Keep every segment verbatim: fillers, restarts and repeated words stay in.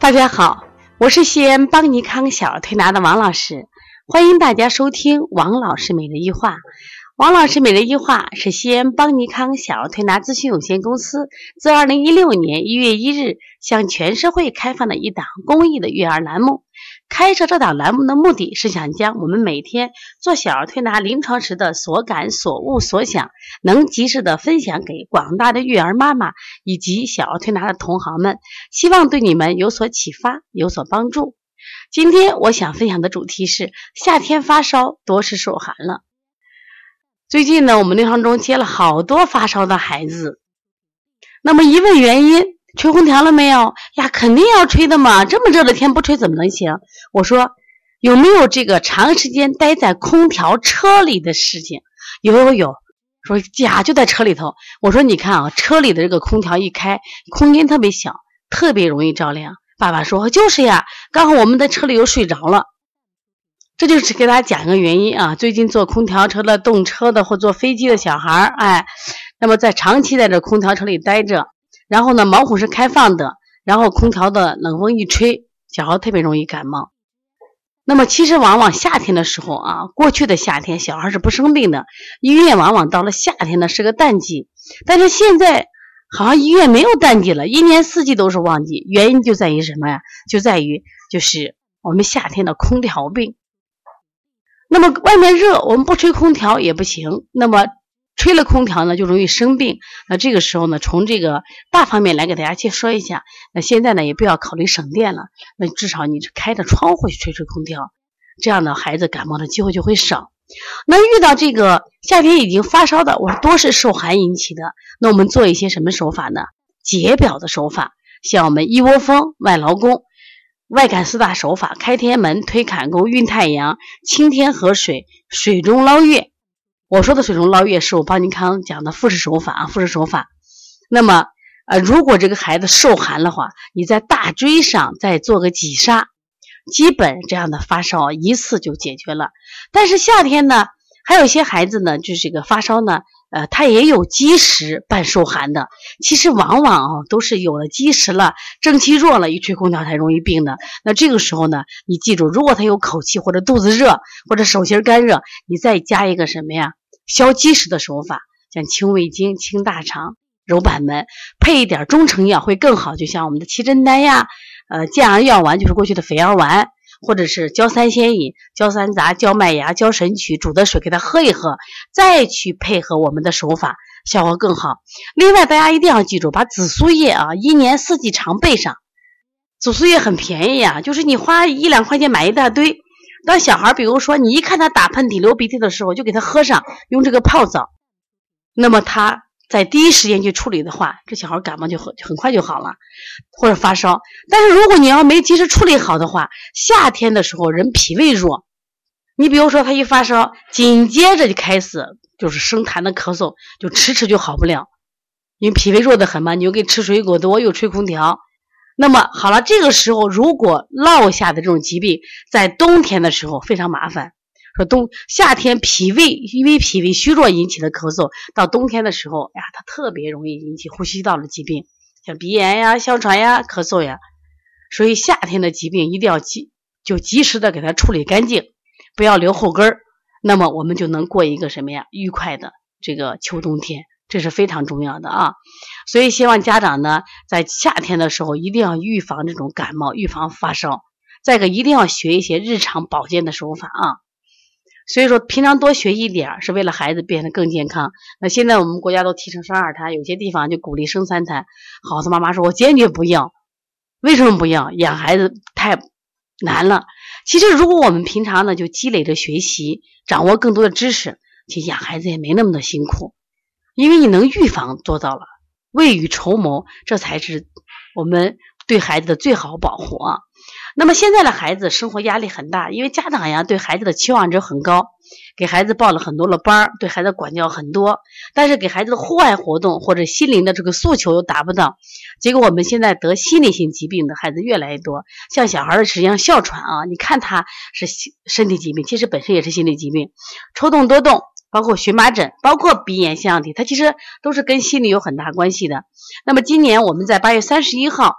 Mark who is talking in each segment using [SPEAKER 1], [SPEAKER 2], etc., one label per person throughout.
[SPEAKER 1] 大家好，我是西安邦尼康小儿推拿的王老师，欢迎大家收听王老师每日一话。王老师每日一话是西安邦尼康小儿推拿咨询有限公司自二零一六年一月一日向全社会开放的一档公益的育儿栏目。开设这档栏目的目的是想将我们每天做小儿推拿临床时的所感所悟所想能及时的分享给广大的育儿妈妈以及小儿推拿的同行们，希望对你们有所启发，有所帮助。今天我想分享的主题是夏天发烧多是受寒了。最近呢，我们临床中接了好多发烧的孩子，那么一问原因，吹空调了没有呀？肯定要吹的嘛，这么热的天不吹怎么能行？我说有没有这个长时间待在空调车里的事情？有有有，说呀就在车里头。我说你看啊，车里的这个空调一开，空间特别小，特别容易着凉。爸爸说就是呀，刚好我们在车里又睡着了。这就是给大家讲一个原因啊，最近坐空调车的、动车的或坐飞机的小孩，哎，那么在长期在这空调车里待着，然后呢毛孔是开放的，然后空调的冷风一吹，小孩特别容易感冒。那么其实往往夏天的时候啊，过去的夏天小孩是不生病的，医院往往到了夏天呢是个淡季，但是现在好像医院没有淡季了，一年四季都是旺季。原因就在于什么呀？就在于就是我们夏天的空调病。那么外面热，我们不吹空调也不行，那么吹了空调呢就容易生病。那这个时候呢，从这个大方面来给大家去说一下。那现在呢也不要考虑省电了，那至少你开着窗户去吹吹空调，这样的孩子感冒的机会就会少。那遇到这个夏天已经发烧的，我说多是受寒引起的，那我们做一些什么手法呢？解表的手法，像我们一窝蜂、外劳宫、外感四大手法，开天门、推坎宫、运太阳、清天河水、水中捞月。我说的水中捞月是我邦尼康讲的复式手法啊，复式手法。那么呃，如果这个孩子受寒的话，你在大椎上再做个挤砂，基本这样的发烧一次就解决了。但是夏天呢，还有一些孩子呢，就是这个发烧呢，呃，他也有积食伴受寒的。其实往往啊，都是有了积食了，正气弱了，一吹空调才容易病的。那这个时候呢，你记住，如果他有口气或者肚子热或者手心干热，你再加一个什么呀？消积食的手法，像清胃经、清大肠、揉板门，配一点中成药会更好。就像我们的七珍丹呀，呃，健儿药丸就是过去的肥儿丸。或者是焦三仙饮、焦三杂、焦麦芽、焦神曲煮的水给他喝一喝，再去配合我们的手法，效果更好。另外大家一定要记住，把紫苏叶啊一年四季常备上。紫苏叶很便宜啊，就是你花一两块钱买一大堆。当小孩比如说你一看他打喷嚏流鼻涕的时候，就给他喝上，用这个泡澡，那么他在第一时间去处理的话，这小孩感冒就很很快就好了，或者发烧。但是如果你要没及时处理好的话，夏天的时候人脾胃弱，你比如说他一发烧，紧接着就开始就是生痰的咳嗽，就迟迟就好不了，因为脾胃弱的很嘛，你又给吃水果多，又吹空调。那么好了，这个时候如果落下的这种疾病在冬天的时候非常麻烦。说冬夏天脾胃因为脾胃虚弱引起的咳嗽，到冬天的时候呀，它特别容易引起呼吸道的疾病，像鼻炎呀、哮喘呀、咳嗽呀。所以夏天的疾病一定要及就及时的给它处理干净，不要留后根儿。那么我们就能过一个什么呀愉快的这个秋冬天，这是非常重要的啊。所以希望家长呢，在夏天的时候一定要预防这种感冒，预防发烧。再一个一定要学一些日常保健的手法啊。所以说平常多学一点是为了孩子变得更健康。那现在我们国家都提倡生二胎，有些地方就鼓励生三胎。好多妈妈说我坚决不要，为什么不要？养孩子太难了。其实如果我们平常呢就积累着学习，掌握更多的知识，其实养孩子也没那么的辛苦，因为你能预防做到了，未雨绸缪，这才是我们对孩子的最好保护啊。那么现在的孩子生活压力很大，因为家长呀对孩子的期望值很高，给孩子报了很多的班，对孩子管教很多，但是给孩子的户外活动或者心灵的这个诉求又达不到，结果我们现在得心理性疾病的孩子越来越多。像小孩的实际上哮喘啊，你看他是身体疾病，其实本身也是心理疾病，抽动多动，包括荨麻疹，包括鼻炎腺样体，它其实都是跟心理有很大关系的。那么今年我们在八月三十一号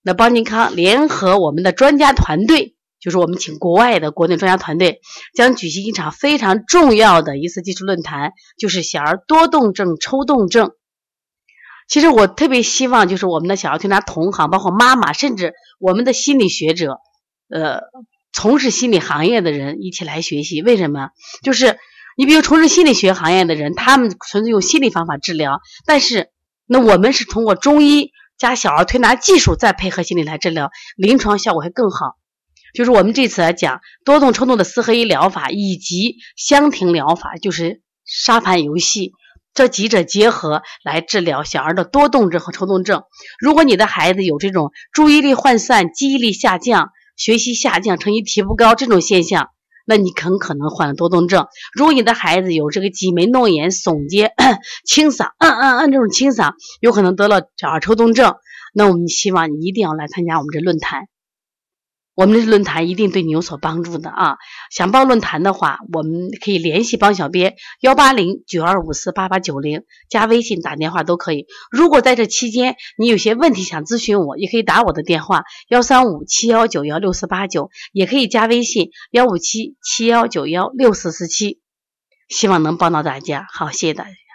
[SPEAKER 1] 那邦尼康联合我们的专家团队，就是我们请国外的国内专家团队，将举行一场非常重要的一次技术论坛，就是小儿多动症抽动症。其实我特别希望就是我们的小儿推拿同行，包括妈妈，甚至我们的心理学者，呃，从事心理行业的人一起来学习。为什么？就是你比如从事心理学行业的人，他们纯粹用心理方法治疗，但是那我们是通过中医加小儿推拿技术再配合心理来治疗，临床效果会更好。就是我们这次来讲多动抽动的四合一疗法以及香庭疗法，就是沙盘游戏，这几者结合来治疗小儿的多动症和抽动症。如果你的孩子有这种注意力涣散、记忆力下降、学习下降、成绩提不高这种现象，那你很可能患了多动症。如果你的孩子有这个挤眉弄眼、耸肩、清嗓、嗯嗯嗯这种清嗓，有可能得了小儿抽动症，那我们希望你一定要来参加我们这论坛。我们这论坛一定对你有所帮助的啊！想报论坛的话，我们可以联系帮小编幺八零九二五四八八九零，加微信打电话都可以。如果在这期间你有些问题想咨询我，也可以打我的电话幺三五七幺九幺六四八九，也可以加微信幺五七七幺九幺六四四七，希望能帮到大家。好，谢谢大家。